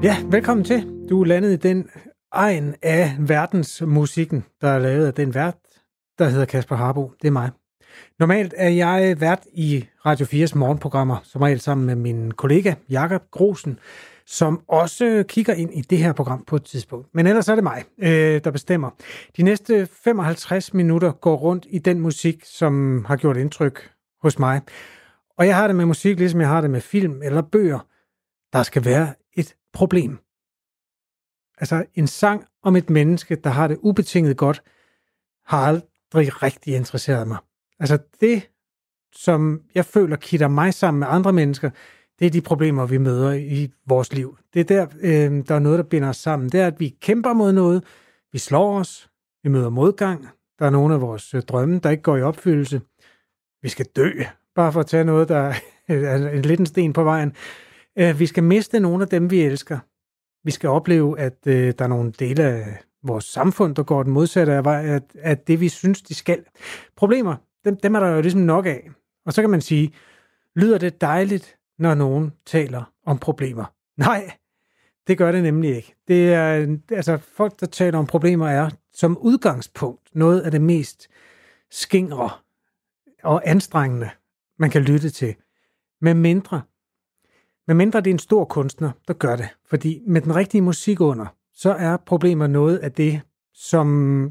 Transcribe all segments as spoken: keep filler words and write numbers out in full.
Ja, velkommen til. Du er landet i den egen af verdensmusikken, der er lavet af den vært, der hedder Kasper Harbo. Det er mig. Normalt er jeg vært i Radio fires morgenprogrammer, som regel sammen med min kollega Jakob Grosen, som også kigger ind i det her program på et tidspunkt. Men ellers er det mig, øh, der bestemmer. De næste femoghalvtreds minutter går rundt i den musik, som har gjort indtryk hos mig. Og jeg har det med musik, ligesom jeg har det med film eller bøger. Der skal være et problem. Altså en sang om et menneske, der har det ubetinget godt, har aldrig rigtig interesseret mig. Altså det, som jeg føler kitter mig sammen med andre mennesker, det er de problemer, vi møder i vores liv. Det er der, øh, der er noget, der binder os sammen. Det er, at vi kæmper mod noget, vi slår os, vi møder modgang, der er nogle af vores øh, drømme, der ikke går i opfyldelse. Vi skal dø, bare for at tage noget, der er en lille sten på vejen. Øh, vi skal miste nogle af dem, vi elsker. Vi skal opleve, at øh, der er nogle dele af vores samfund, der går den modsatte af vej, at, at det, vi synes, de skal. Problemer, dem, dem er der jo ligesom nok af. Og så kan man sige, lyder det dejligt, når nogen taler om problemer? Nej, det gør det nemlig ikke. Det er, altså, folk, der taler om problemer, er som udgangspunkt noget af det mest skingre og anstrengende, man kan lytte til. Med mindre, med mindre det er en stor kunstner, der gør det. Fordi med den rigtige musik under, så er problemer noget af det, som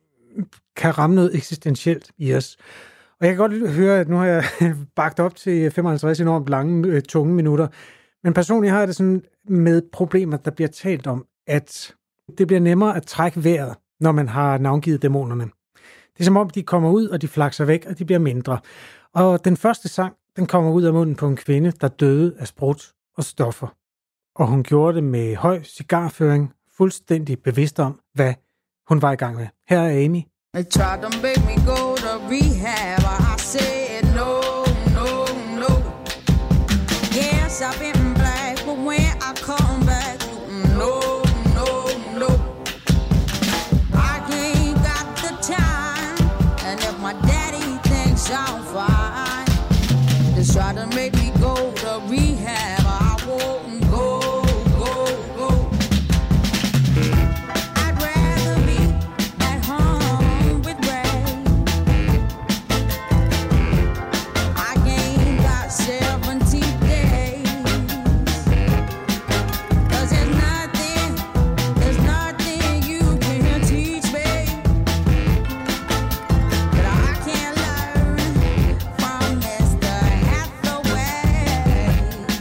kan ramme noget eksistentielt i os. Og jeg kan godt høre, at nu har jeg bagt op til femoghalvtreds enormt lange, tunge minutter. Men personligt har jeg det sådan med problemer, der bliver talt om, at det bliver nemmere at trække vejret, når man har navngivet dæmonerne. Det er som om, de kommer ud, og de flakser væk, og de bliver mindre. Og den første sang, den kommer ud af munden på en kvinde, der døde af sprut og stoffer. Og hun gjorde det med høj cigarføring, fuldstændig bevidst om, hvad hun var i gang med. Her er Amy. They tried to make me go to rehab. I said no, no, no. Yes, I've been black, but when I come back, no, no, no. I ain't got the time, and if my daddy thinks I'm fine, they try to make me go to rehab. I won't go, go, go. I'd rather be at home with Ray. I ain't got seventy days. 'Cause there's nothing, there's nothing you can teach me that I can't learn from Mister Hathaway.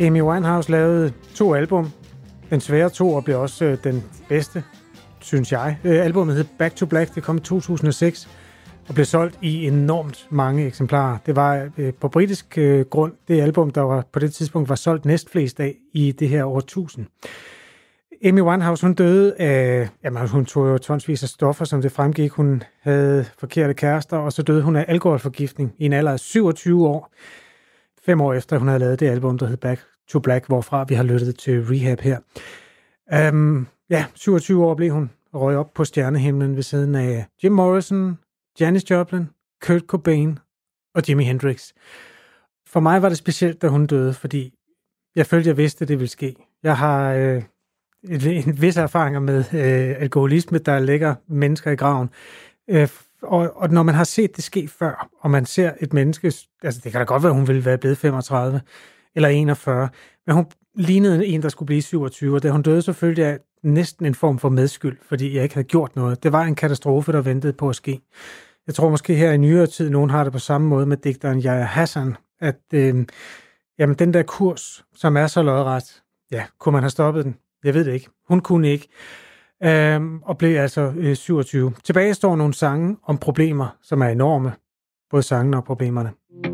Amy Winehouse lavede to album. Den svære to og blev også øh, den bedste, synes jeg. Øh, albumet hed Back to Black, det kom i to tusind og seks og blev solgt i enormt mange eksemplarer. Det var øh, på britisk øh, grund det album, der var, på det tidspunkt var solgt næstflest af i det her årtusind. Amy Winehouse, hun døde af, jamen hun tog jo tonsvis af stoffer, som det fremgik. Hun havde forkerte kærester, og så døde hun af alkoholforgiftning i en alder af syvogtyve år. Fem år efter, hun havde lavet det album, der hed Back to Black, hvorfra vi har lyttet til Rehab her. Um, ja, syvogtyve år blev hun og røg op på stjernehimlen ved siden af Jim Morrison, Janis Joplin, Kurt Cobain og Jimi Hendrix. For mig var det specielt, da hun døde, fordi jeg følte, jeg vidste, at det ville ske. Jeg har øh, en vis erfaringer med øh, alkoholisme, der lægger mennesker i graven. Øh, og, og når man har set det ske før, og man ser et menneske, altså det kan da godt være, at hun ville være blevet femogtredive eller enogfyrre, men hun lignede en, der skulle blive syvogtyve, og da hun døde, så følte jeg næsten en form for medskyld, fordi jeg ikke havde gjort noget. Det var en katastrofe, der ventede på at ske. Jeg tror måske her i nyere tid, nogen har det på samme måde med digteren Yahya Hassan, at øh, jamen, den der kurs, som er så lodret, ja, kunne man have stoppet den? Jeg ved det ikke. Hun kunne ikke. Øhm, og blev altså øh, syvogtyve. Tilbage står nogle sange om problemer, som er enorme. Både sangene og problemerne.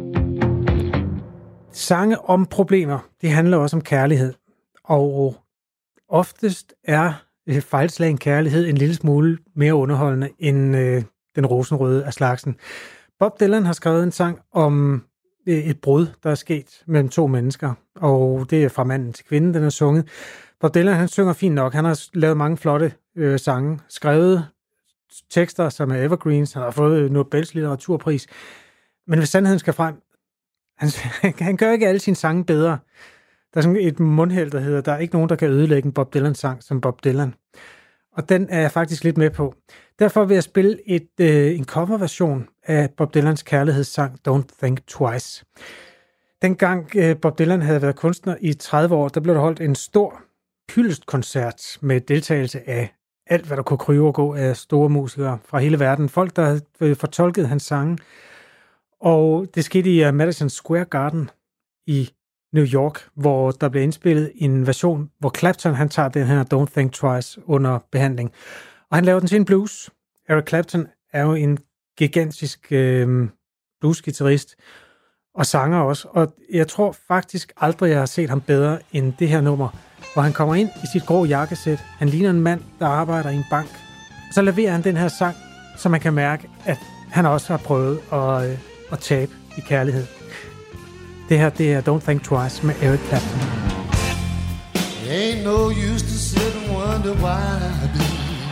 Sange om problemer, det handler også om kærlighed. Og oftest er øh, fejlslagen kærlighed en lille smule mere underholdende end øh, den rosenrøde af slagsen. Bob Dylan har skrevet en sang om øh, et brud, der er sket mellem to mennesker. Og det er fra manden til kvinden, den er sunget. Bob Dylan, han synger fint nok. Han har lavet mange flotte øh, sange, skrevet tekster, som er evergreens. Han har fået Nobels litteraturpris. Men hvis sandheden skal frem, han, han gør ikke alle sine sange bedre. Der er sådan et mundheld, der hedder, der er ikke nogen, der kan ødelægge en Bob Dylan-sang som Bob Dylan. Og den er jeg faktisk lidt med på. Derfor vil jeg spille et, øh, en coverversion af Bob Dylans kærlighedssang Don't Think Twice. Dengang øh, Bob Dylan havde været kunstner i tredive år, der blev der holdt en stor hyldestkoncert med deltagelse af alt, hvad der kunne kryve og gå af store musikere fra hele verden. Folk, der havde fortolket hans sange. Og det skete i Madison Square Garden i New York, hvor der blev indspillet en version, hvor Clapton han tager den her Don't Think Twice under behandling. Og han laver den til en blues. Eric Clapton er jo en gigantisk øh, bluesgitarrist og sanger også. Og jeg tror faktisk aldrig, jeg har set ham bedre end det her nummer, hvor han kommer ind i sit grå jakkesæt. Han ligner en mand, der arbejder i en bank. Og så leverer han den her sang, så man kan mærke, at han også har prøvet at, øh, at tabe i kærlighed. Det her, det er Don't Think Twice med Eric Clapton. Ain't no use to sit and wonder why I do.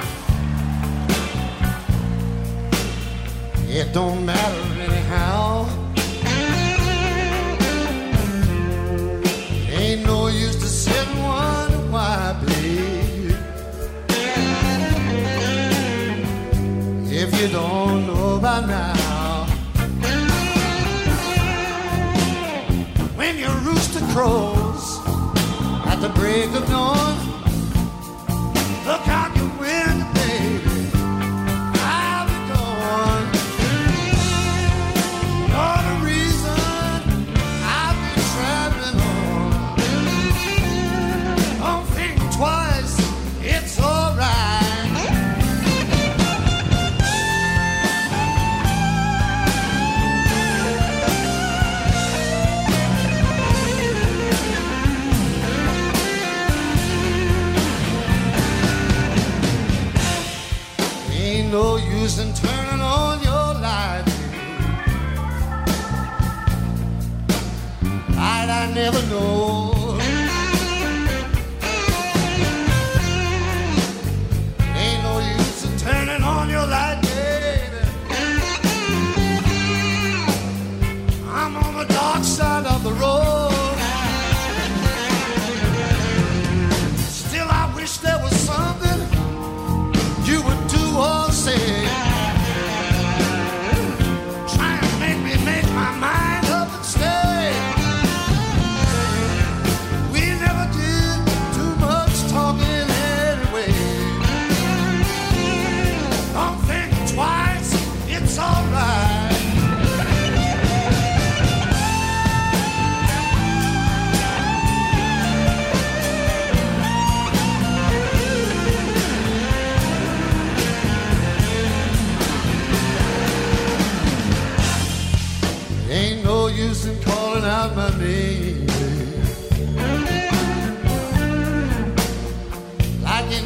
It don't matter anyhow. Ain't no use to sit and wonder why I bleed. If you don't know by now, when your rooster crows at the break of dawn, look out your window, baby, I'll be gone. You're the reason I've been traveling on. Don't think twice, it's alright. No use in turning on your light. Light I never know. Ain't no use in turning on your light, baby. I'm on the dark side of the road. Still I wish there was something you would do or say. Try and make me make my mind up and stay.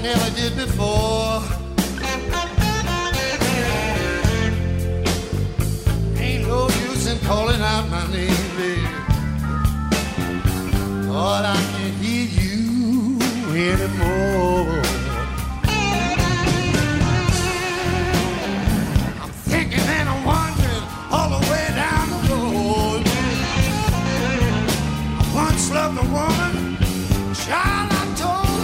never did before. Ain't no use in calling out my name, baby. Lord, I can't hear you anymore. I'm thinking and I'm wondering all the way down the road. I once loved a woman, child I told.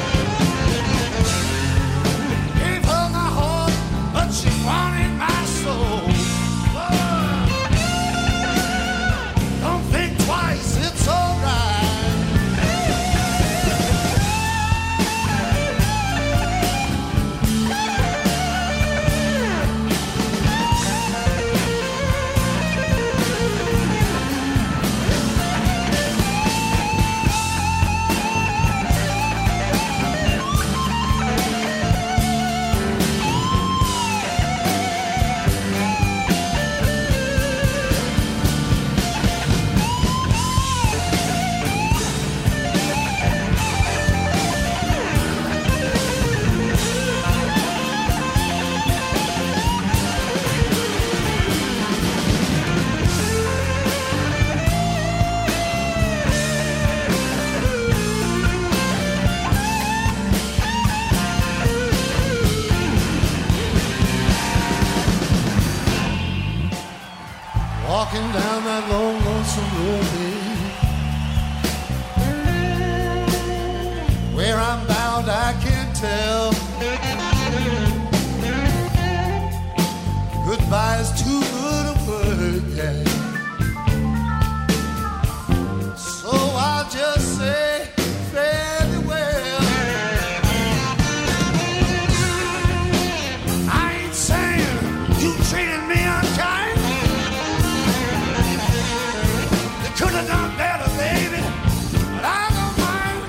Gave her my heart, but she wanted my soul. Lord, don't think twice, it's alright. Walking down that long, lonesome road, babe. Where I'm bound, I can't tell. Goodbye is too good a word, yeah. So I'll just say fairly well. I ain't saying you treated me unkind. Could have done better, baby, but I don't mind.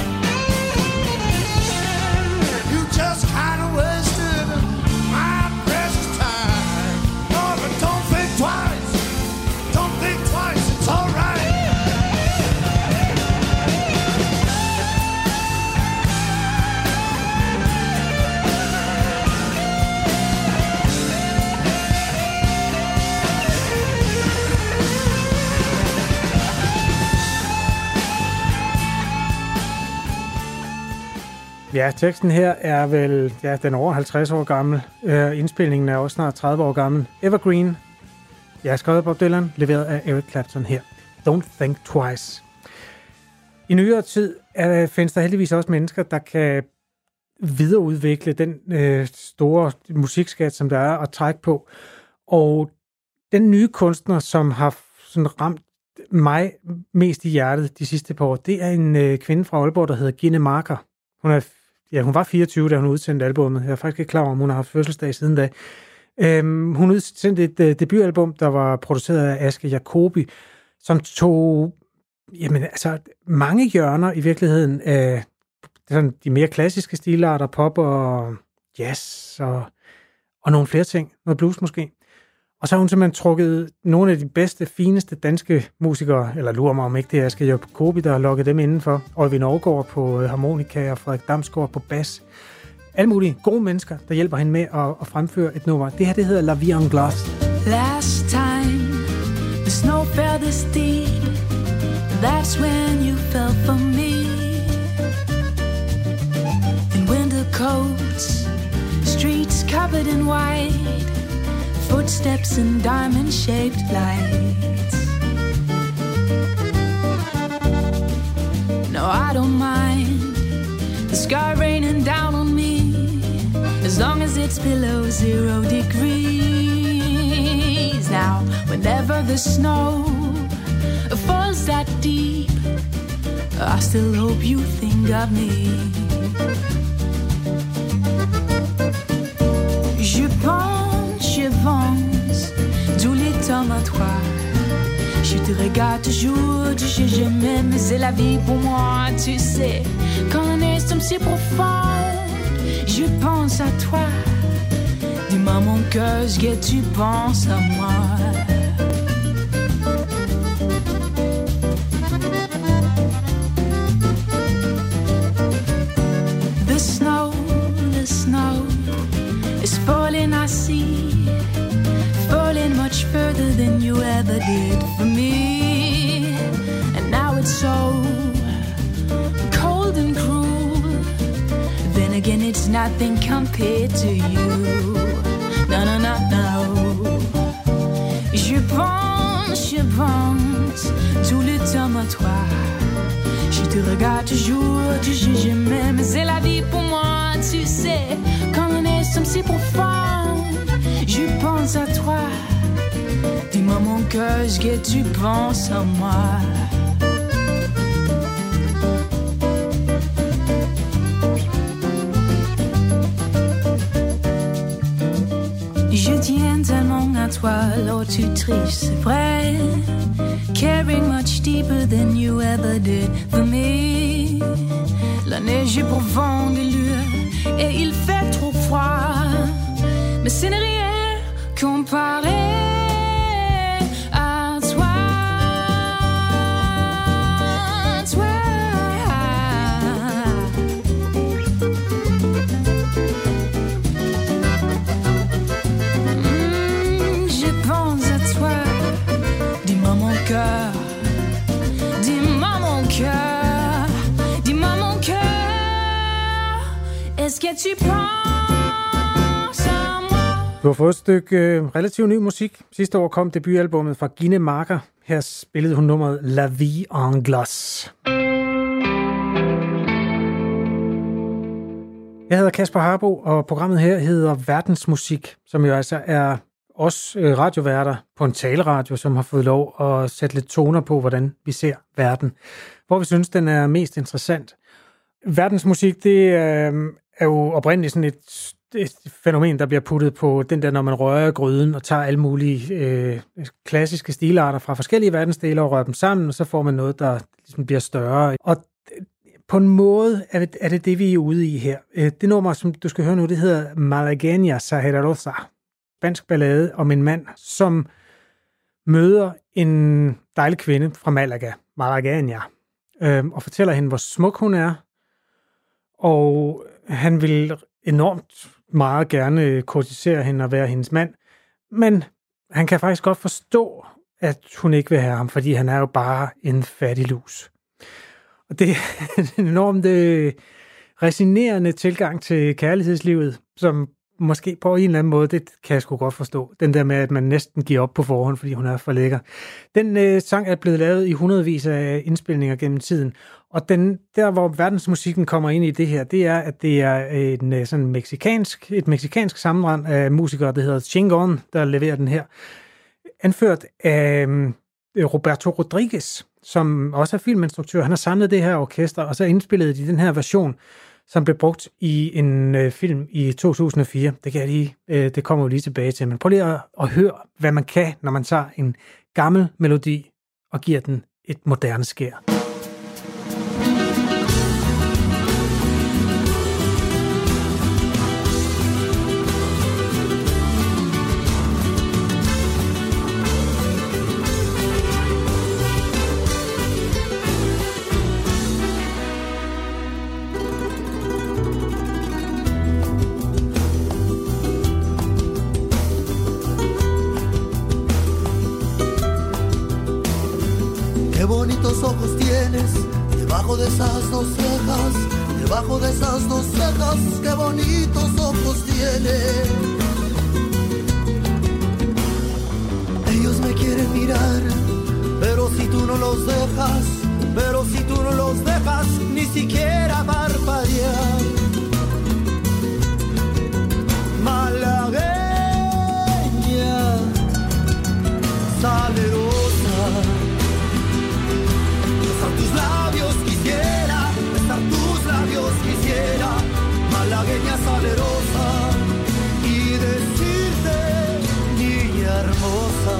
You just kind of wasted my precious time. No, but don't think twice. Don't think twice. It's all right. Ja, teksten her er vel, ja, den er over halvtreds år gammel. Uh, indspilningen er også snart tredive år gammel. Evergreen. Jeg har skrevet Bob Dylan, leveret af Eric Clapton her. Don't think twice. I nyere tid er, findes der heldigvis også mennesker, der kan videreudvikle den øh, store musikskat, som der er at trække på. Og den nye kunstner, som har sådan ramt mig mest i hjertet de sidste par år, det er en øh, kvinde fra Aalborg, der hedder Gine Marker. Hun er, ja, hun var fireogtyve, da hun udsendte albumet. Jeg er faktisk ikke klar over, om hun har haft fødselsdag siden da. Øhm, hun udsendte et uh, debutalbum, der var produceret af Aske Jacobi, som tog jamen, altså, mange hjørner i virkeligheden af sådan, de mere klassiske stilarter, pop og jazz og, og nogle flere ting. Noget blues måske. Og så har hun simpelthen trukket nogle af de bedste, fineste danske musikere, eller lurer mig om ikke det er Aske Jacobi, der har lukket dem indenfor. Øjvind Aargaard på harmonika og Frederik Damsgaard på bas. Alle mulige gode mennesker, der hjælper hende med at, at fremføre et nummer. Det her, det hedder La Vie en Glace. Last time the snow fell this deep, that's when you fell for me. In winter coats, streets covered in white, footsteps and diamond-shaped lights. No, I don't mind the sky raining down on me, as long as it's below zero degrees. Now, whenever the snow falls that deep, I still hope you think of me. Je pense, je pense tous les temps à toi. Je te regarde toujours, tu sais je m'aime, c'est la vie pour moi, tu sais. Quand un instant si profond, je pense à toi. Dis-moi mon cœur, ce que tu penses à moi. The snow did for me. And now it's so cold and cruel. Then again, it's nothing compared to you. No, no, no, no. Je pense, je pense tout le temps à toi. Je te regarde toujours, tu sais, je m'aime. C'est la vie pour moi, tu sais. Quand on est somme si profond, je pense à toi. Dis-moi mon cœur, ce que tu penses à moi. Je tiens tellement à toi, l'autrice, c'est vrai. Caring much deeper than you ever did for me. La neige est profonde et lue, et il fait trop froid. Mais ce n'est rien comparé à toi. Toi. Mm, je pense à toi. Dis-moi mon cœur, dis-moi mon cœur, dis-moi mon cœur. Est-ce que tu penses à moi? Du har fået et stykke øh, relativt ny musik. Sidste år kom debutalbummet fra Gine Marker. Her spillede hun nummeret La Vie en Glace. Jeg hedder Kasper Harbo, og programmet her hedder Verdensmusik, som jo altså er os øh, radioværter på en taleradio, som har fået lov at sætte lidt toner på, hvordan vi ser verden. Hvor vi synes, den er mest interessant. Verdensmusik, det øh, er jo oprindeligt sådan et, et fænomen, der bliver puttet på den der, når man rører gryden og tager alle mulige øh, klassiske stilarter fra forskellige verdensdele og rører dem sammen, og så får man noget, der ligesom bliver større. Og på en måde er det, er det det, vi er ude i her. Det nummer, som du skal høre nu, det hedder Malagueña Sajerosa. Spansk ballade om en mand, som møder en dejlig kvinde fra Malaga, Malagueña, øh, og fortæller hende, hvor smuk hun er, og han vil enormt meget gerne kortisere hende og være hendes mand, men han kan faktisk godt forstå, at hun ikke vil have ham, fordi han er jo bare en fattig lus. Og det er en enormt øh, resinerende tilgang til kærlighedslivet, som måske på en eller anden måde, det kan jeg sgu godt forstå. Den der med, at man næsten giver op på forhånd, fordi hun er for lækker. Den øh, sang er blevet lavet i hundredvis af indspilninger gennem tiden. Og den, der, hvor verdensmusikken kommer ind i det her, det er, at det er en, sådan mexikansk, et mexikansk sammenrend af musikere, der hedder Chingon, der leverer den her. Anført af øh, Roberto Rodriguez, som også er filminstruktør. Han har samlet det her orkester, og så indspillede de den her version, som blev brugt i en øh, film i to tusind og fire. Det, kan jeg lige, øh, det kommer jo lige tilbage til. Men prøv lige at, at høre, hvad man kan, når man tager en gammel melodi og giver den et moderne skær. Bonitos ojos tienes debajo de esas dos cejas, debajo de esas dos cejas, qué bonitos ojos tienes. Ellos me quieren mirar, pero si tú no los dejas, pero si tú no los dejas, ni siquiera parpadear. Malagueña, salerosa, tus labios quisiera, besar tus labios quisiera, malagueña salerosa, y decirte, niña hermosa.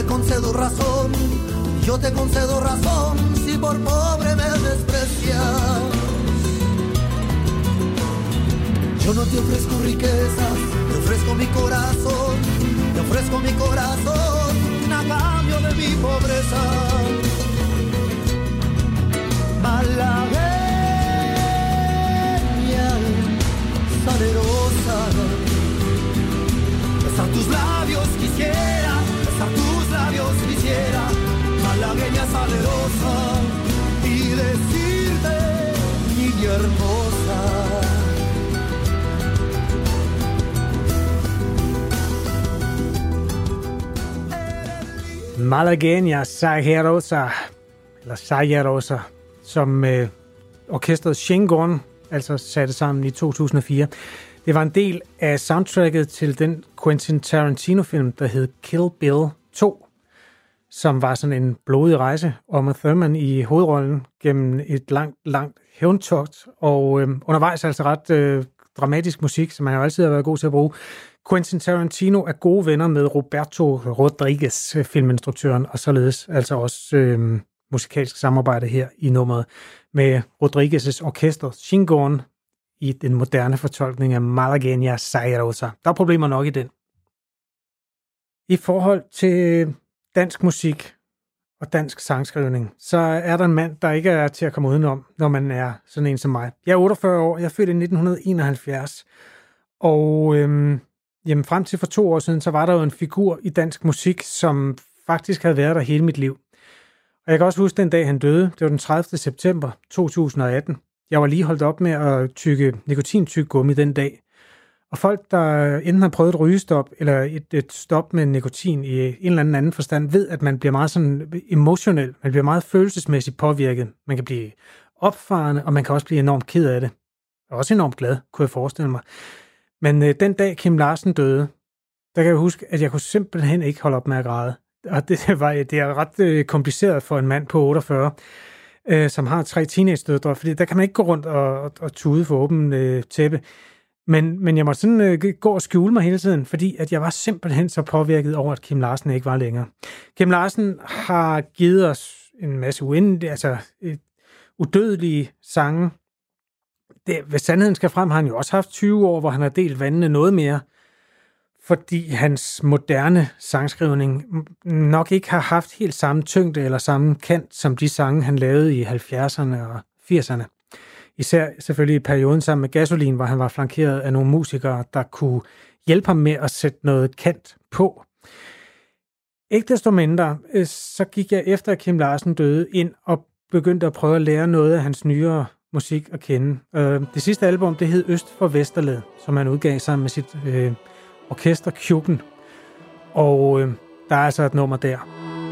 te concedo razón, yo te concedo razón, si por pobre me desprecias. Yo no te ofrezco riquezas, te ofrezco mi corazón, te ofrezco mi corazón a cambio de mi pobreza. Malagueña, salerosa, besar tus labios quisiera, besar tus labios quisiera, malagueña salerosa, y decirte, niña hermosa. Malagueña Salerosa, eller Salerosa, som øh, orkestret Shingon altså satte sammen i to tusind og fire. Det var en del af soundtracket til den Quentin Tarantino-film, der hed Kill Bill to, som var sådan en blodig rejse om Uma Thurman i hovedrollen gennem et langt, langt hævntogt, og øh, undervejs altså ret øh, dramatisk musik, som han jo altid har været god til at bruge. Quentin Tarantino er gode venner med Roberto Rodriguez, filminstruktøren, og således altså også øh, musikalsk samarbejde her i nummeret med Rodriguez's orkester Shingon i den moderne fortolkning af Malagueña Salerosa. Der er problemer nok i den. I forhold til dansk musik og dansk sangskrivning, så er der en mand, der ikke er til at komme udenom, når man er sådan en som mig. Jeg er otteogfyrre år, jeg er født i nitten enoghalvfjerds, og øhm, jamen, frem til for to år siden, så var der jo en figur i dansk musik, som faktisk havde været der hele mit liv. Og jeg kan også huske den dag, han døde. Det var den tredivte september to tusind og atten. Jeg var lige holdt op med at tykke nikotintyggegummi den dag. Og folk, der enten har prøvet et rygestop, eller et, et stop med nikotin i en eller anden anden forstand, ved, at man bliver meget sådan emotionel. Man bliver meget følelsesmæssigt påvirket. Man kan blive opfarende, og man kan også blive enormt ked af det. Og også enormt glad, kunne jeg forestille mig. Men øh, den dag Kim Larsen døde, der kan jeg huske, at jeg kunne simpelthen ikke holde op med at græde. Og det, var, det er ret øh, kompliceret for en mand på otteogfyrre, øh, som har tre teenage-døtre, fordi der kan man ikke gå rundt og, og, og tude for åben øh, tæppe. Men, men jeg måtte sådan øh, gå og skjule mig hele tiden, fordi at jeg var simpelthen så påvirket over, at Kim Larsen ikke var længere. Kim Larsen har givet os en masse uendelige, altså øh, udødelige sange. Det, hvis sandheden skal frem, har han jo også haft tyve år, hvor han har delt vandene noget mere, fordi hans moderne sangskrivning nok ikke har haft helt samme tyngde eller samme kant som de sange, han lavede i halvfjerdserne og firserne. Især selvfølgelig i perioden sammen med Gasolin, hvor han var flankeret af nogle musikere, der kunne hjælpe ham med at sætte noget kant på. Ikke desto mindre, så gik jeg efter Kim Larsen døde ind og begyndte at prøve at lære noget af hans nyere musik at kende. Det sidste album, det hed Øst for Vesterled, som han udgav sammen med sit øh, orkester Kjukken. Og øh, der er altså et nummer der.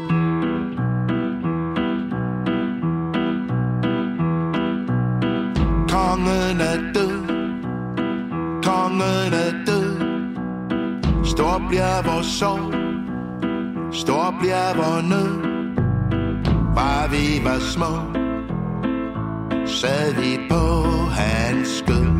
Kongen er død, kongen er død. Stor bliver vores sorg, stor bliver vores nød. Bare vi var små, sad vi på hans skød.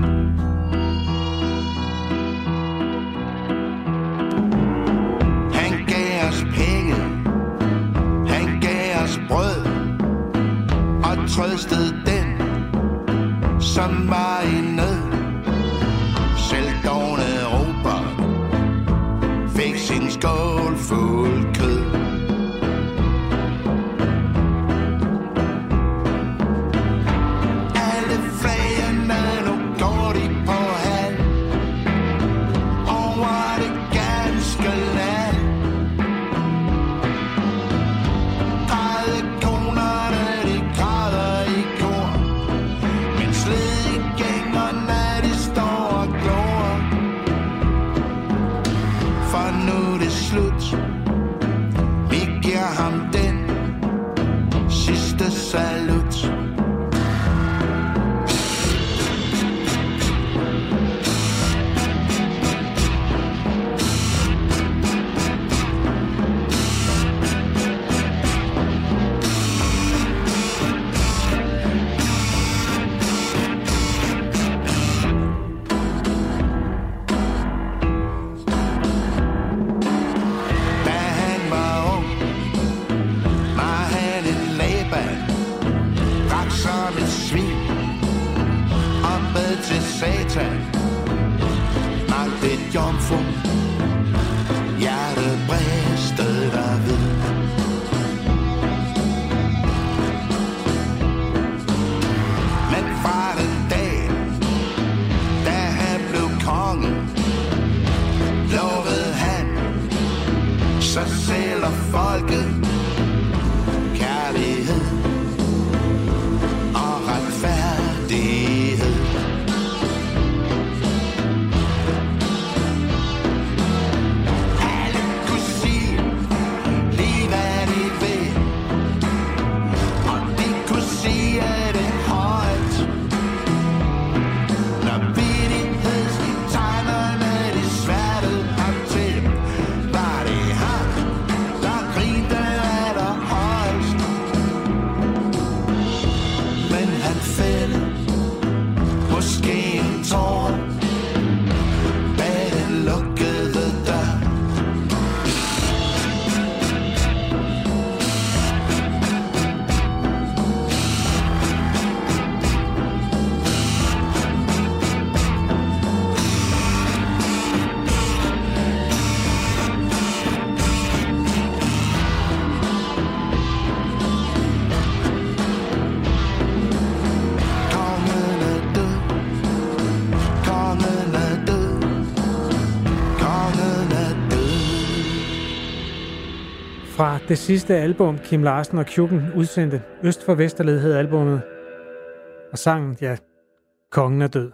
Han gav os penge, han gav os brød, og trøstede den, som var i nød. Selv dovne Robert fik sin skål fuld kød. Alle flagene, nu går de på halv over det ganske land. Grædekonerne, de græder i kor, men sledegængerne, de står og glor. satan. Magtet jomfru, hjertet bristet der ved. Men fra den dag, da han blev konge, lovede han sig selv og folket kærlighed og retfærdighed. Alle kunne sige lige hvad de vil, og de kunne sige det højt. Når vittighedstegnerne de sværtede ham til, var det ham, der grinte allerhøjst. Men han fældte måske en tår bag den lukkede dør. Kongen er død, kongen er død, kongen er død. Fra det sidste album, Kim Larsen og Kjukken udsendte, Øst for Vesterled hed albummet, og sangen, ja, Kongen er død.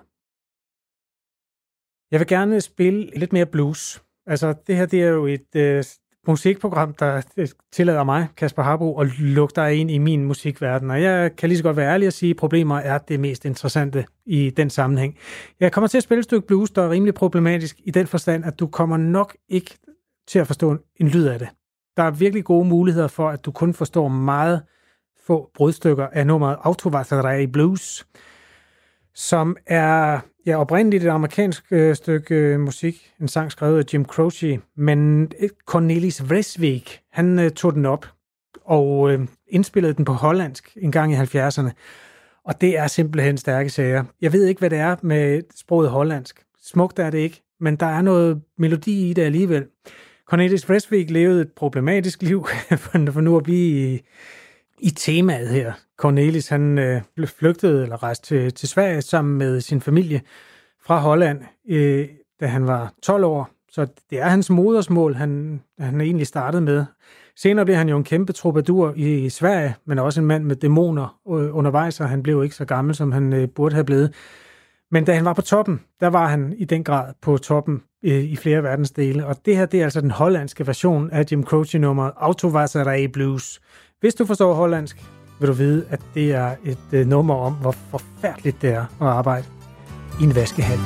Jeg vil gerne spille lidt mere blues. Altså, det her det er jo et øh, musikprogram, der øh, tillader mig, Kasper Harbo, at lukke dig ind i min musikverden. Og jeg kan lige så godt være ærlig at sige, at problemer er det mest interessante i den sammenhæng. Jeg kommer til at spille et stykke blues, der er rimelig problematisk i den forstand, at du kommer nok ikke til at forstå en lyd af det. Der er virkelig gode muligheder for, at du kun forstår meget få brudstykker af nummeret Autovaserei Blues, som er ja, oprindeligt et amerikansk øh, stykke øh, musik, en sang skrevet af Jim Croce, men Cornelis Vreeswijk, han øh, tog den op og øh, indspillede den på hollandsk en gang i halvfjerdserne, og det er simpelthen stærke sager. Jeg ved ikke, hvad det er med sproget hollandsk. Smukt er det ikke, men der er noget melodi i det alligevel. Cornelis Vreeswijk levede et problematisk liv, for nu at blive i, i temaet her. Cornelis, han øh, flygtede eller rejste til, til Sverige sammen med sin familie fra Holland, øh, da han var tolv år. Så det er hans modersmål, han, han egentlig startede med. Senere blev han jo en kæmpe troubadour i Sverige, men også en mand med dæmoner undervejs, og han blev ikke så gammel, som han øh, burde have blevet. Men da han var på toppen, der var han i den grad på toppen øh, i flere verdensdele. Og det her, det er altså den hollandske version af Jim Croce-nummeret Autovaserei Blues. Hvis du forstår hollandsk, vil du vide, at det er et øh, nummer om, hvor forfærdeligt det er at arbejde i en vaskehal.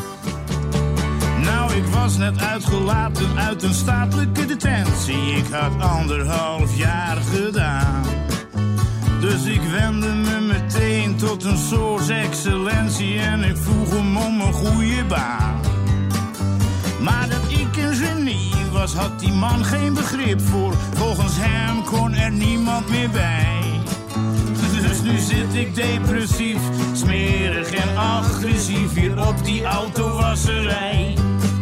Nou, ik was net uitgelaten uit een statelijke detentie. Ik had anderhalf jaar gedaan. Dus ik wendde me meteen tot een soort excellentie en ik vroeg hem om een goede baan. Maar dat ik een genie was, had die man geen begrip voor. Volgens hem kon er niemand meer bij. Dus nu zit ik depressief, smerig en agressief hier op die autowasserij.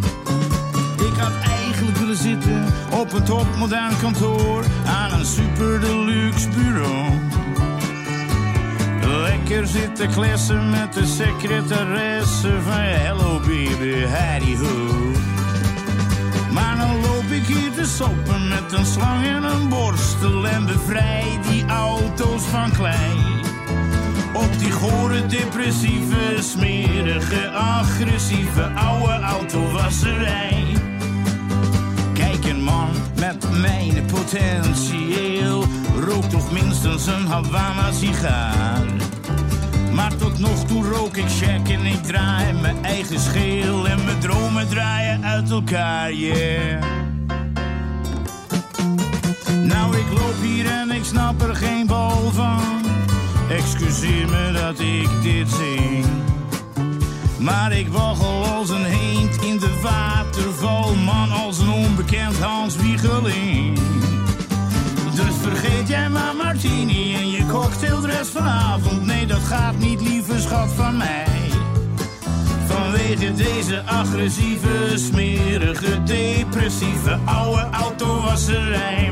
Ik had eigenlijk willen zitten op een topmodern kantoor aan een super deluxe bureau. Lekker zitten kletsen met de secretaresse van hello baby, howdy ho. Maar dan loop ik hier te soppen met een slang en een borstel en bevrijd die auto's van klei. Op die gore, depressieve, smerige, agressieve oude autowasserij. Kijk, een man met mijn potentieel rookt toch minstens een Havana-sigaar. Maar tot nog toe rook ik check en ik draai mijn eigen scheel en mijn dromen draaien uit elkaar, yeah. Nou, ik loop hier en ik snap er geen bal van. Excuseer me dat ik dit zing. Maar ik waggel als een eend in de waterval, man als een onbekend Hans Wiegeling. Dus vergeet jij maar martini en je cocktaildress vanavond. Nee, dat gaat niet, lieve schat van mij. Van Vanwege deze agressieve, smerige, depressieve oude autowasserij.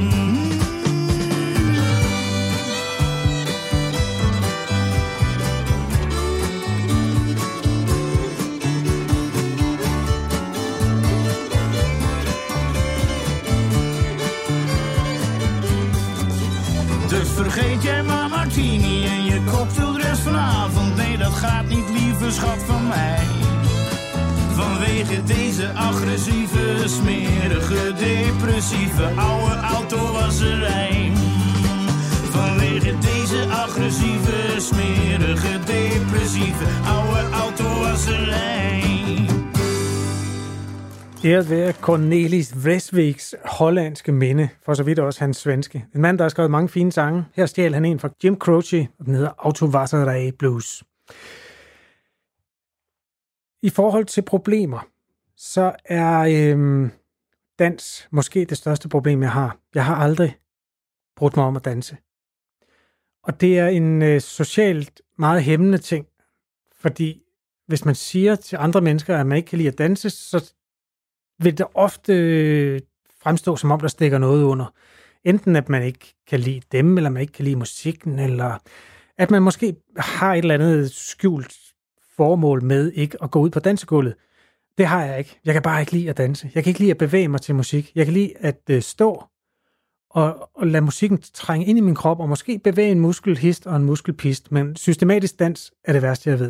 Dus vergeet jij maar martini en je cocktaildress vanavond. Nee, dat gaat niet, lieve schat van mij. Vanwege deze agressieve, smerige, depressieve oude autowasserij. Vanwege deze agressieve, smerige, depressieve oude autowasserij. Æret være Cornelis Vreeswijks hollandske minde, for så vidt også hans svenske. En mand, der har skrevet mange fine sange. Her stjal han en fra Jim Croce, og den hedder Autowasserei Blues. I forhold til problemer, så er øhm, dans måske det største problem, jeg har. Jeg har aldrig brudt mig om at danse. Og det er en øh, socialt meget hæmmende ting, fordi hvis man siger til andre mennesker, at man ikke kan lide at danse, så vil det ofte fremstå, som om der stikker noget under. Enten at man ikke kan lide dem, eller man ikke kan lide musikken, eller at man måske har et eller andet skjult formål med ikke at gå ud på dansegulvet. Det har jeg ikke. Jeg kan bare ikke lide at danse. Jeg kan ikke lide at bevæge mig til musik. Jeg kan lide at uh, stå og, og lade musikken trænge ind i min krop, og måske bevæge en muskelhist og en muskelpist, men systematisk dans er det værste, jeg ved.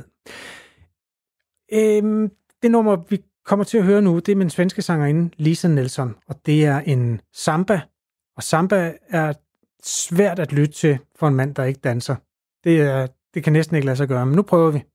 Øhm, det nummer, vi kommer til at høre nu, det er min svenske sangerinde Lisa Nilsson, og det er en samba, og samba er svært at lytte til for en mand, der ikke danser. Det, er, det kan næsten ikke lade sig gøre, men nu prøver vi.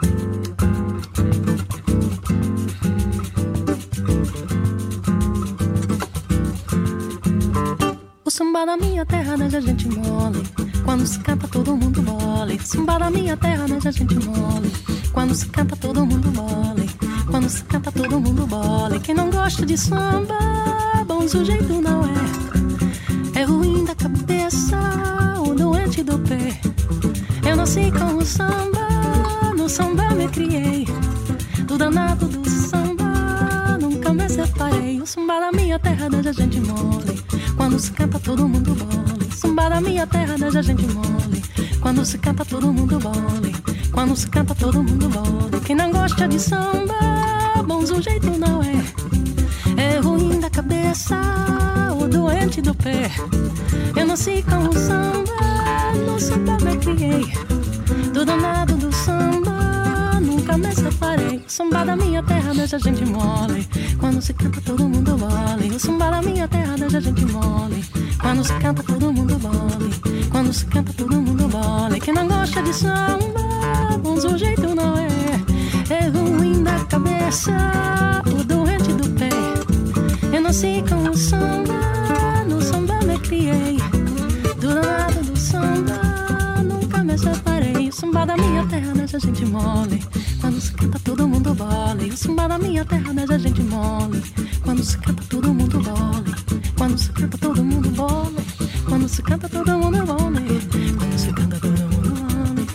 O samba da minha terra, né, a gente mole. Quando se canta todo mundo mole. Samba da minha terra, né, a gente mole. Quando se canta todo mundo mole. Quando se canta todo mundo mole. Quem não gosta de samba, bom sujeito não é. É ruim da cabeça, o doente do pé. Eu nasci com o samba, no samba me criei. Do danado do samba, nunca me separei. O samba da minha terra, né, a gente mole. Quando se canta todo mundo bole. Samba da minha terra, né, a gente mole. Quando se canta todo mundo bole. Quando se canta todo mundo bole. Quem não gosta de samba, bom sujeito não é. É ruim da cabeça, o doente do pé. Eu nasci com o samba, no samba me criei. Do danado do samba, nunca me separei. O samba da minha terra deixa a gente mole. Quando se canta todo mundo vale. O samba da minha terra deixa a gente mole. Quando se canta todo mundo vale. Quando se canta todo mundo vale. Quem não gosta de samba, bom sujeito não é. É ruim da cabeça, o doente do pé. Eu nasci com o samba, no samba me criei. Do lado do samba, nunca me separei. O samba da minha terra deixa a gente mole. Quando se canta todo mundo vale. O samba da minha terra deixa a gente mole. Quando se canta todo mundo vale. Quando se canta todo mundo vale. Quando se canta todo mundo vale. Quando se canta todo mundo vale.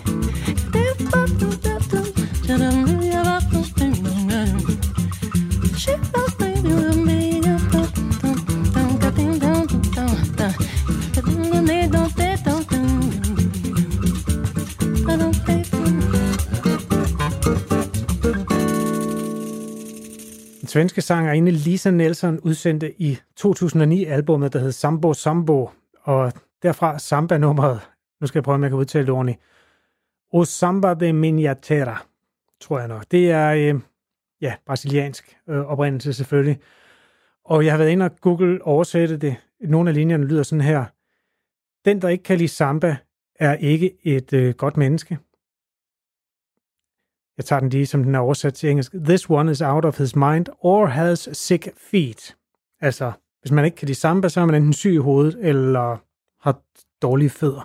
Svenske sangerinde Lisa Nilsson udsendte i to tusind og ni albumet, der hed Sambo Sambo, og derfra samba-nummeret, nu skal jeg prøve, om jeg kan udtale det ordentligt, O Samba de Minha Terra, tror jeg nok. Det er, øh, ja, brasiliansk øh, oprindelse selvfølgelig, og jeg har været inde og Google oversætte det. Nogle af linjerne lyder sådan her: den, der ikke kan lide samba, er ikke et øh, godt menneske. Jeg tager den lige, som den er oversat til engelsk. This one is out of his mind or has sick feet. Altså, hvis man ikke kan lide samba, så er man enten syg i hovedet, eller har dårlige fødder.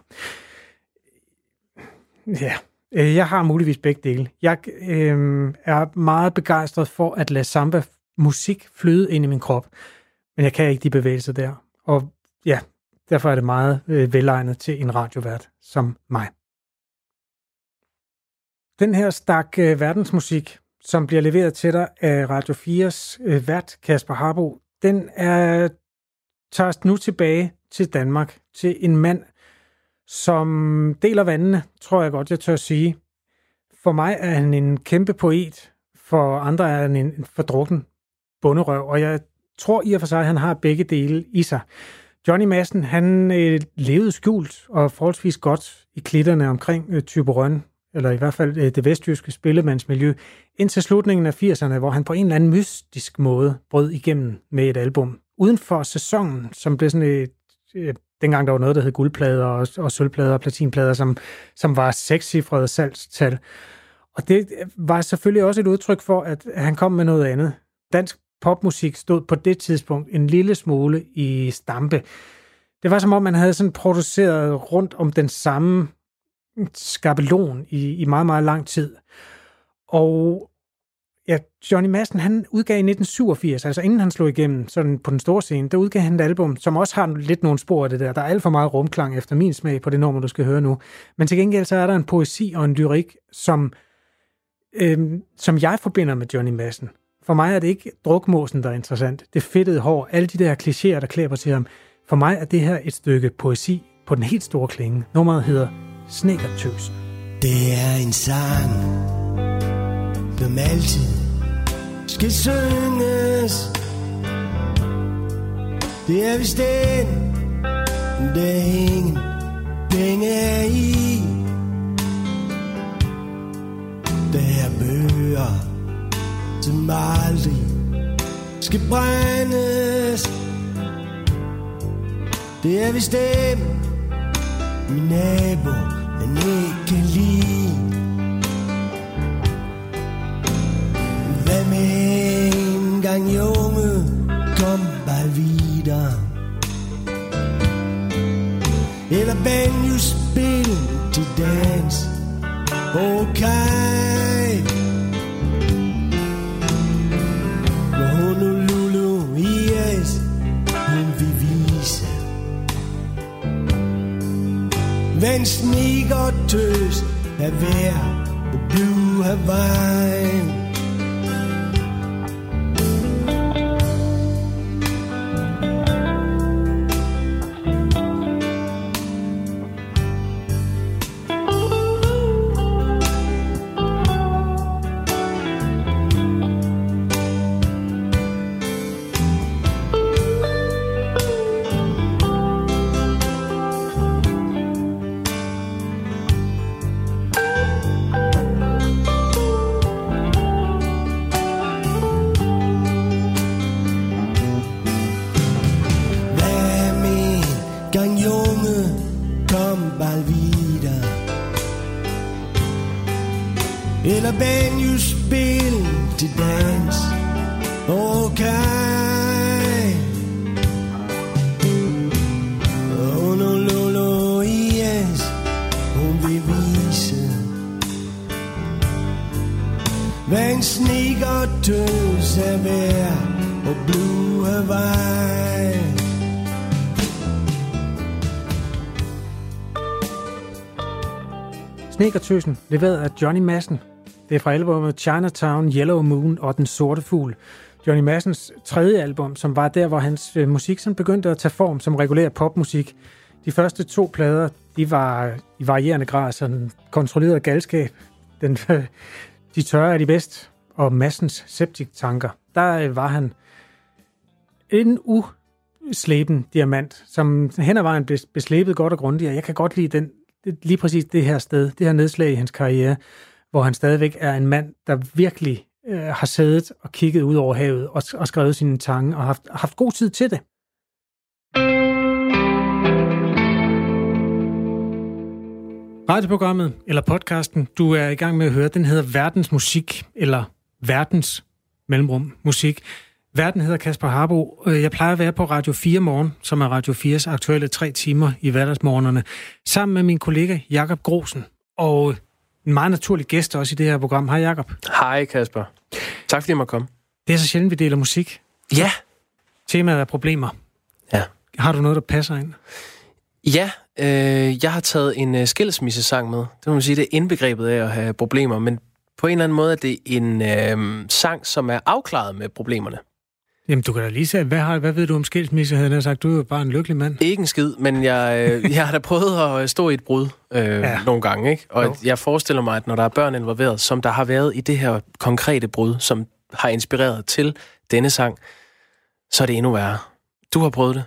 Ja, jeg har muligvis begge dele. Jeg øh, er meget begejstret for at lade samba-musik flyde ind i min krop, men jeg kan ikke de bevægelser der. Og ja, derfor er det meget øh, velegnet til en radiovært som mig. Den her stak øh, verdensmusik, som bliver leveret til dig af Radio fires øh, vært Kasper Harbo, den er tager os nu tilbage til Danmark, til en mand, som deler vandene, tror jeg godt, jeg tør sige. For mig er han en kæmpe poet, for andre er han en fordrukken bonderøv, og jeg tror i og for sig, at han har begge dele i sig. Johnny Madsen, han øh, levede skjult og forholdsvis godt i klitterne omkring øh, Thyborøn, eller i hvert fald øh, det vestjyske spillemandsmiljø, indtil slutningen af firserne, hvor han på en eller anden mystisk måde brød igennem med et album. Uden for sæsonen, som blev sådan et, øh, dengang der var noget, der hed guldplader og, og sølvplader og platinplader, som, som var sekscifrede salgstal. Og det var selvfølgelig også et udtryk for, at han kom med noget andet. Dansk popmusik stod på det tidspunkt en lille smule i stampe. Det var som om, man havde sådan produceret rundt om den samme skabelon i, i meget, meget lang tid. Og ja, Johnny Madsen, han udgav i nitten syvogfirs, altså inden han slog igennem sådan på den store scene, der udgav han et album, som også har lidt nogle spor af det der. Der er alt for meget rumklang efter min smag på det nummer, du skal høre nu. Men til gengæld så er der en poesi og en lyrik, som, øh, som jeg forbinder med Johnny Madsen. For mig er det ikke drukmåsen, der er interessant. Det fedtede hår, alle de der klichéer, der klæber til ham. For mig er det her et stykke poesi på den helt store klinge. Nummeret hedder Snedkertøsen. Det er en sang, som altid skal synges. Det er vist den, der ingen penge er i. Der er bøger, som aldrig skal brændes. Det er vist dem, min nabo, han ikke kan lide. Hvad med en gang junge, kom bare videre. Eller banjo-spil til dans, okay. Honolulu, yes, hun vil vise. Hvad en sneakertøs er værd på Blue Hawaii. Eller banjo-spil til dans, okay. Honolulu, yes, hun vil vise. Hvad en sneakertøs er værd på Blue Hawaii. Snedkertøsen, leveret af Johnny Madsen. Det er fra albumet Chinatown, Yellow Moon og Den Sorte Fugl. Johnny Madsens tredje album, som var der, hvor hans øh, musik sådan begyndte at tage form som regulær popmusik. De første to plader, de var i varierende grad sådan kontrolleret galskab. Den, øh, de tørre er de bedst, og Madsens septiktanker. Der øh, var han en uslæben diamant, som hen ad vejen blev beslæbet godt og grundigt, og jeg kan godt lide den, lige præcis det her sted, det her nedslag i hans karriere, hvor han stadigvæk er en mand, der virkelig øh, har siddet og kigget ud over havet og, og skrevet sine tanker og haft, haft god tid til det. Radioprogrammet, eller podcasten, du er i gang med at høre, den hedder Verdens Musik, eller Verdens Mellemrum Musik. Verden hedder Kasper Harbo. Jeg plejer at være på Radio fire Morgen, som er Radio fires aktuelle tre timer i hverdagsmorgenerne, sammen med min kollega Jakob Grosen. Og en meget naturlig gæst også i det her program. Hej Jakob. Hej Kasper. Tak fordi jeg måtte komme. Det er så sjældent, vi deler musik. Ja. Temaet er problemer. Ja. Har du noget, der passer ind? Ja, øh, jeg har taget en uh, skilsmissesang med. Det må man sige, det er indbegrebet af at have problemer, men på en eller anden måde er det en øh, sang, som er afklaret med problemerne. Jamen, du kan da lige sige, hvad, har, hvad ved du om skilsmisse, havde jeg sagt? Du er jo bare en lykkelig mand. Ikke en skid, men jeg, øh, jeg har da prøvet at stå i et brud øh, ja. nogle gange, ikke? Og jo. Jeg forestiller mig, at når der er børn involveret, som der har været i det her konkrete brud, som har inspireret til denne sang, så er det endnu værre. Du har prøvet det?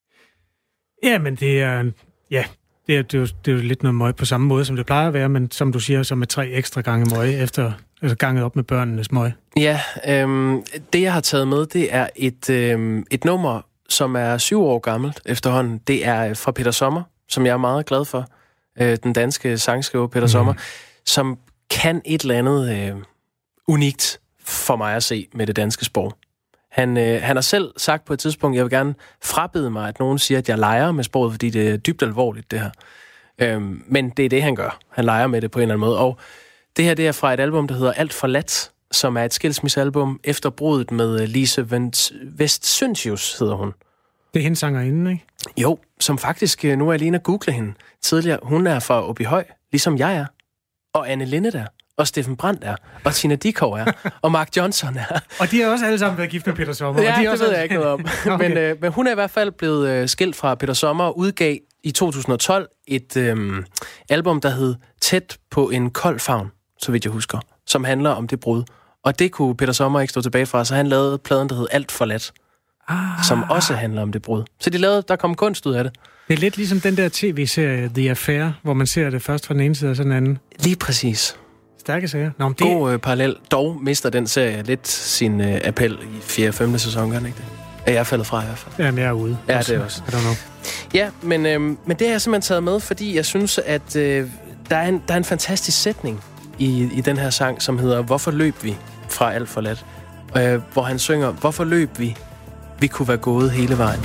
Ja, men det er... Ja, det er, det er, jo, det er jo lidt noget møg på samme måde, som det plejer at være, men som du siger, så med tre ekstra gange møg efter... Altså ganget op med børnenes møg. Ja, øhm, det jeg har taget med, det er et, øhm, et nummer, som er syv år gammelt efterhånden. Det er fra Peter Sommer, som jeg er meget glad for. Øh, den danske sangskriver Peter mm. Sommer, som kan et eller andet øh, unikt for mig at se med det danske sprog. Han, øh, han har selv sagt på et tidspunkt, jeg vil gerne frabede mig, at nogen siger, at jeg leger med sproget, fordi det er dybt alvorligt, det her. Øhm, men det er det, han gør. Han leger med det på en eller anden måde. Og det her, det er fra et album, der hedder Alt forladt, som er et skilsmissealbum efter bruddet med Lise Vestsyntius, hedder hun. Det er hendes sangerinde, ikke? Jo, som faktisk, nu er jeg lige inde at google hende tidligere. Hun er fra Åbyhøj, ligesom jeg er. Og Anne Linde der. Og Steffen Brandt er. Og Tina Dickow er. Og Mark Johnson er. Og de har også alle sammen været gift med Peter Sommer. Ja, og de det også ved jeg ikke noget om. okay. men, øh, men hun er i hvert fald blevet øh, skilt fra Peter Sommer og udgav i to tusind og tolv et øh, album, der hed Tæt på en kold favn, så vidt jeg husker, som handler om det brud. Og det kunne Peter Sommer ikke stå tilbage fra, så han lavede pladen, der hed Alt forladt, ah. som også handler om det brud. Så de lavede, der kom kunst ud af det. Det er lidt ligesom den der tv-serie The Affair, hvor man ser det først fra den ene side og så den anden. Lige præcis. Stærke serier. Nå, det... God øh, parallel. Dog mister den serie lidt sin øh, appel i fjerde og femte sæson, gør den ikke det? Er jeg faldet fra i hvert fald? Jamen, jeg er ude. Ja, det er også. I don't know. Ja, men, øh, men det har jeg simpelthen taget med, fordi jeg synes, at øh, der, er en, der er en fantastisk sætning i, i den her sang, som hedder Hvorfor løb vi fra Alt forladt? Øh, hvor han synger, hvorfor løb vi? Vi kunne være gået hele vejen.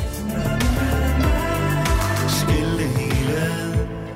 Skille hele ad,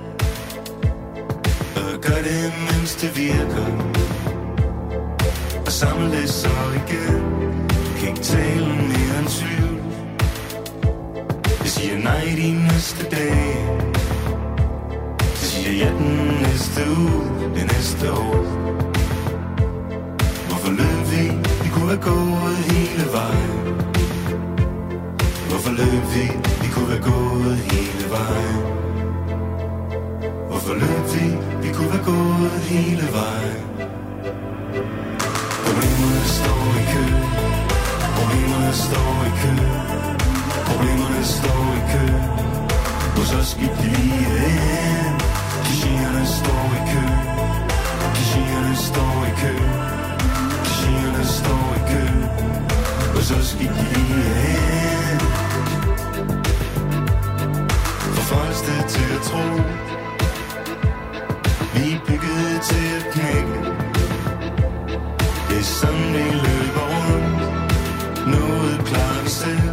og gør det, mens det virker. Og samle så igen, kan ikke tale mere end tvivl. Jeg siger nej de næste dage, så siger jeg den næste uge, det næste år. Hvorfor løb vi? Vi kunne være gået hele vejen. Hvorfor løb vi? Vi kunne være gået hele vejen. Hvorfor løb vi? Vi kunne være gået hele vejen. Problemerne står i kø. Problemerne står i kø. Problemerne står i kø. Hos os gik de lige ind. Klichierne står i kø. Klichierne står i kø. Klichierne står i kø. Hos os gik de lige ind. Forfoldes det til at tro. Vi er bygget til at knække. Det er sådan vi løber rundt. Noget klarer vi selv,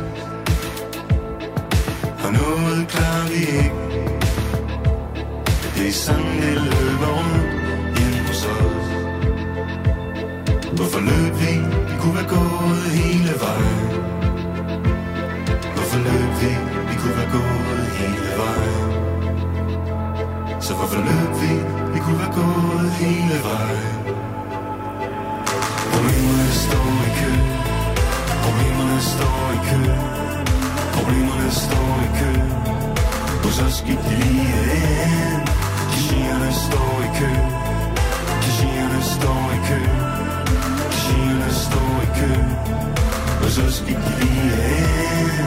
og noget klarer vi ikke. Det er sådan vi løber rundt hjemme hos os. Hvorfor løb vi? Vi kunne være gået hele vejen. Hvorfor løb vi? Vi kunne være gået hele vejen. Så hvorfor løb vi? Vi kunne være gået hele vejen. Problemerne står i kø. Problemerne står i kø. Problemerne står i kø. Hos os gik de lige ind. Klichierne står i kø. Klichierne står i kø. Klichierne står i kø. Hos os gik de lige ind.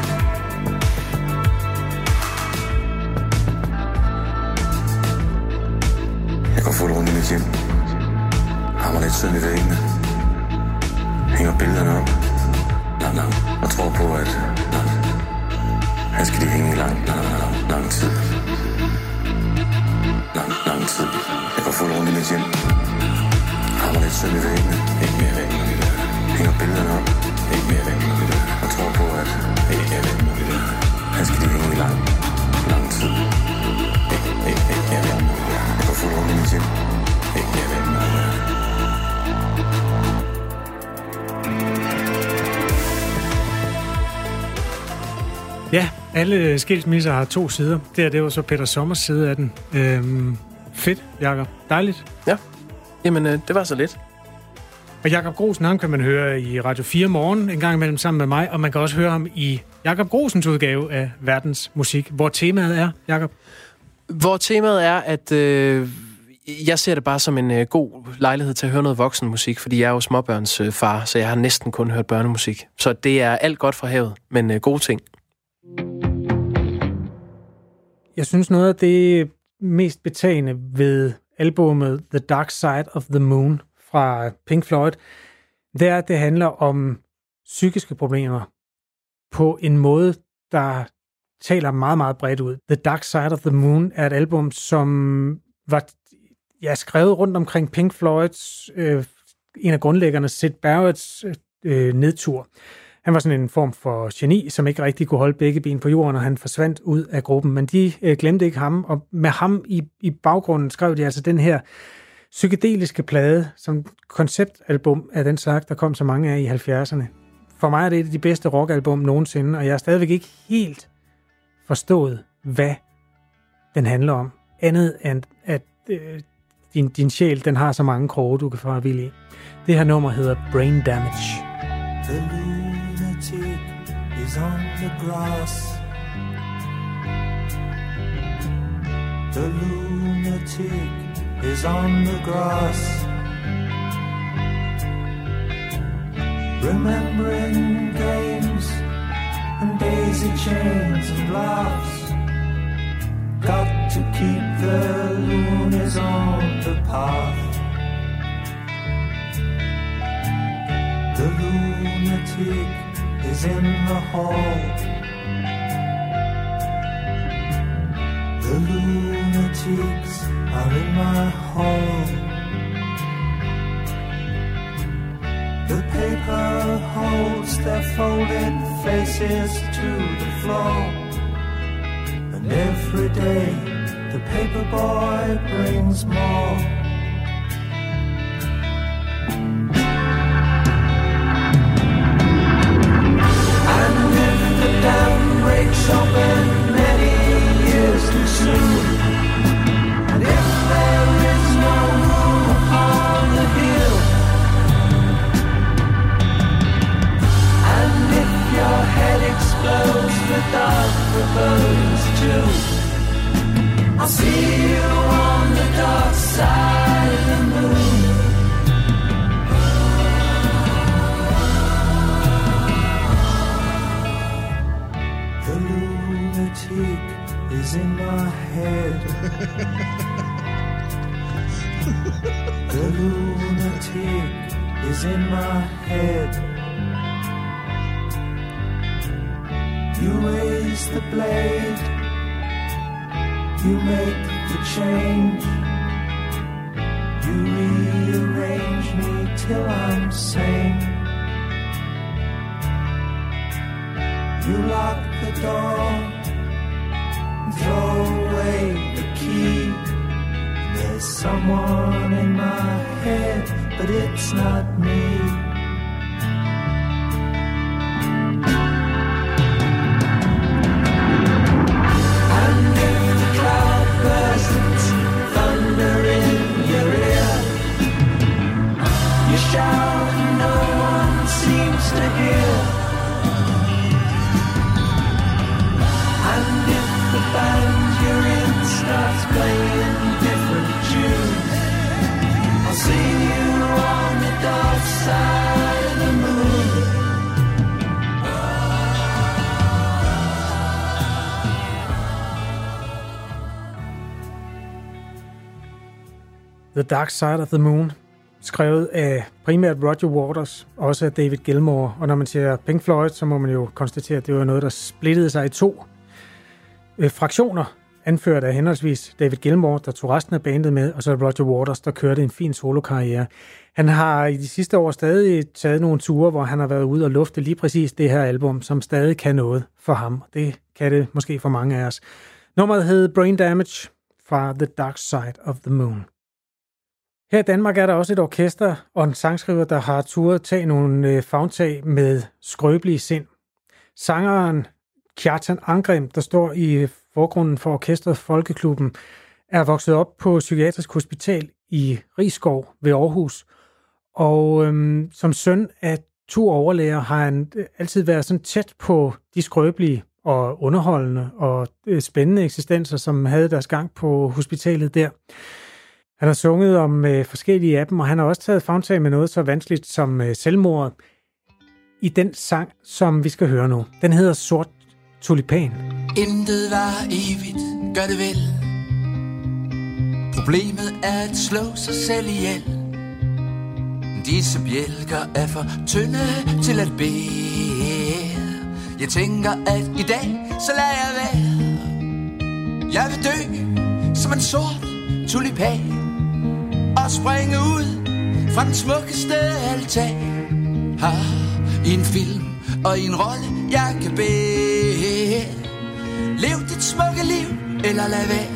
Jeg går fuldt rundt i mit hjem. Hammer lidt sød i væggene. Hænger billederne op. Lang, lang. Og tror på, at lang, her skal de hænge i lang, lang, lang, lang tid. Lang, lang tid. Jeg går fuldt rundt i mit hjem. Hammer lidt sød i væggene. Ikke mere væk. Hænger billederne op. Ikke mere væk. Og tror på, at ikke mere væk. Her skal de hænge i lang, lang tid. Ikke, ikke, ikke mere væk. Jeg går fuldt rundt i mit hjem. Ikke mere væk. Ja, alle skilsmisser har to sider. Det her, det var så Peter Sommers side af den. Øhm, fedt, Jakob. Dejligt. Ja. Jamen, øh, det var så lidt. Og Jakob Grosen, ham kan man høre i Radio fire Morgen en gang imellem sammen med mig, og man kan også høre ham i Jakob Grosens udgave af Verdens Musik. Hvor temaet er, Jakob? Hvor temaet er, at øh, jeg ser det bare som en øh, god lejlighed til at høre noget voksenmusik, fordi jeg er jo småbørns øh, far, så jeg har næsten kun hørt børnemusik. Så det er alt godt fra havet, men øh, gode ting. Jeg synes noget af det mest betagende ved albumet The Dark Side of the Moon fra Pink Floyd, det er, at det handler om psykiske problemer på en måde, der taler meget, meget bredt ud. The Dark Side of the Moon er et album, som var ja, skrevet rundt omkring Pink Floyds, øh, en af grundlæggerne, Syd Barretts øh, nedtur. Han var sådan en form for geni, som ikke rigtig kunne holde begge ben på jorden, og han forsvandt ud af gruppen. Men de øh, glemte ikke ham, og med ham i, i baggrunden skrev de altså den her psykedeliske plade, som konceptalbum af den slags, der kom så mange af i halvfjerdserne. For mig er det et af de bedste rockalbum nogensinde, og jeg har stadigvæk ikke helt forstået, hvad den handler om. Andet end, at øh, din, din sjæl, den har så mange kroge, du kan få vild i. Det her nummer hedder Brain Damage. The lunatic is on the grass. The lunatic is on the grass. Remembering games and daisy chains and laughs. Got to keep the loonies on the path. The lunatic is in the hall. The lunatics are in my hall. The paper holds their folded faces to the floor. And every day the paper boy brings more. Dam breaks open many years too soon. And if there is no room upon the hill, and if your head explodes, the dark forebodings too, I'll see you on the dark side of the moon. Is in my head. The lunatic is in my head. You raise the blade, you make the change, you rearrange me till I'm sane. You lock the door, throw away the key. There's someone in my head, but it's not me. And if the cloud bursts, thunder in your ear, you shout and no one seems to hear. And if the band you're in starts playing different tunes, I'll see you on the dark side of the moon. The Dark Side of the Moon, skrevet af primært Roger Waters, også af David Gilmour. Og når man siger Pink Floyd, så må man jo konstatere, at det var noget, der splittede sig i to fraktioner, anført af henholdsvis David Gilmour, der tog resten af bandet med, og så Roger Waters, der kørte en fin solokarriere. Han har i de sidste år stadig taget nogle ture, hvor han har været ude og lufte lige præcis det her album, som stadig kan noget for ham. Det kan det måske for mange af os. Nummeret hed Brain Damage fra The Dark Side of the Moon. Her i Danmark er der også et orkester og en sangskriver, der har turet tage nogle favntag med skrøbelige sind. Sangeren Kjartan Angrim, der står i forgrunden for orkestret Folkeklubben, er vokset op på Psykiatrisk Hospital i Risskov ved Aarhus. Og øhm, som søn af to overlæger har han altid været sådan tæt på de skrøbelige og underholdende og spændende eksistenser, som havde deres gang på hospitalet der. Han har sunget om øh, forskellige af dem, og han har også taget favntag med noget så vanskeligt som øh, selvmord i den sang, som vi skal høre nu. Den hedder Sort Tulipan. Intet var evigt, gør det vel. Problemet er at slå sig selv ihjel. Disse bjælker er for tynde til at bære. Jeg tænker, at i dag, så lader jeg være. Jeg vil dø som en sort tulipan og springe ud fra den smukkeste altan. Har i en film og i en rolle, jeg kan bære. Lev dit smukke liv, eller lad være.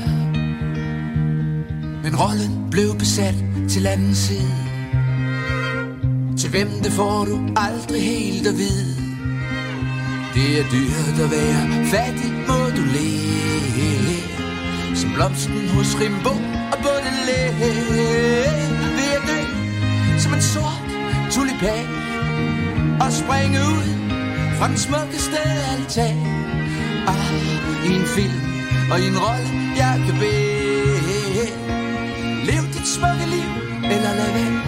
Men rollen blev besat til anden side. Til hvem det får du aldrig helt at vide. Det er dyrt at være fattig, må du leve. Som blomsten hos Rimbaud og Baudelaire. Vil jeg dø som en sort tulipan og springe ud fra den smukkeste altan. Ah, i en film og i en rolle, jeg kan bære. Lev dit smukke liv, eller lad være.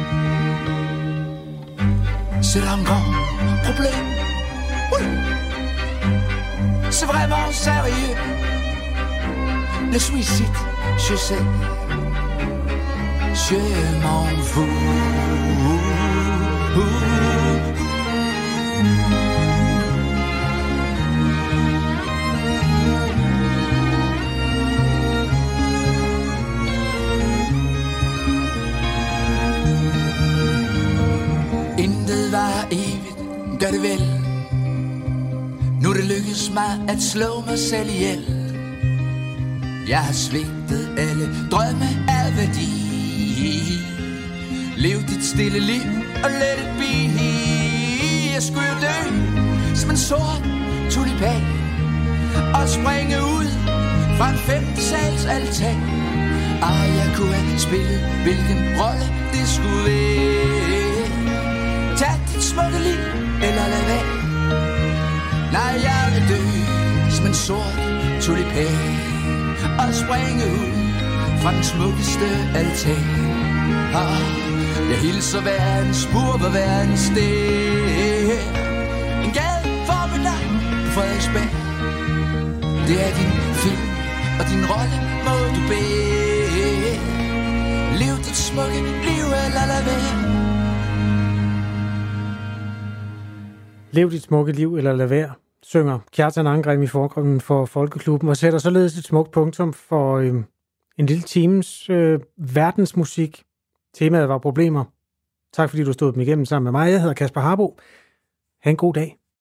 C'est un grand problème. Oui. C'est vraiment sérieux. Le suicide, je sais. Je m'en fous. Intet var evigt, gør det vel. Nu det lykkes mig at slå mig selv ihjel. Jeg har svigtet alle drømme af værdi. Lev dit stille liv og let it be. Jeg skulle jo dø som en sort tulipan og springe ud fra en femte sals altan. Ah, jeg kunne have spillet hvilken rolle det skulle være. Tag dit smukke liv, eller lad være. Nej, jeg vil dø som en sort tulipan og springe ud fra den smukkeste altan. Ah, jeg hilser verdens spur på verdens sted. En gade for mit navn på Frederiksberg. Det er din film og din rolle, må du bære. Lev dit smukke liv, eller lad være. Lev dit smukke liv, eller lad være, synger Kjartan Angrim i forgrunden for Folkeklubben, og sætter således et smukt punktum for øh, en lille times øh, verdensmusik. Temaet var problemer. Tak fordi du stod dem igennem sammen med mig. Jeg hedder Kasper Harbo. Ha' en god dag.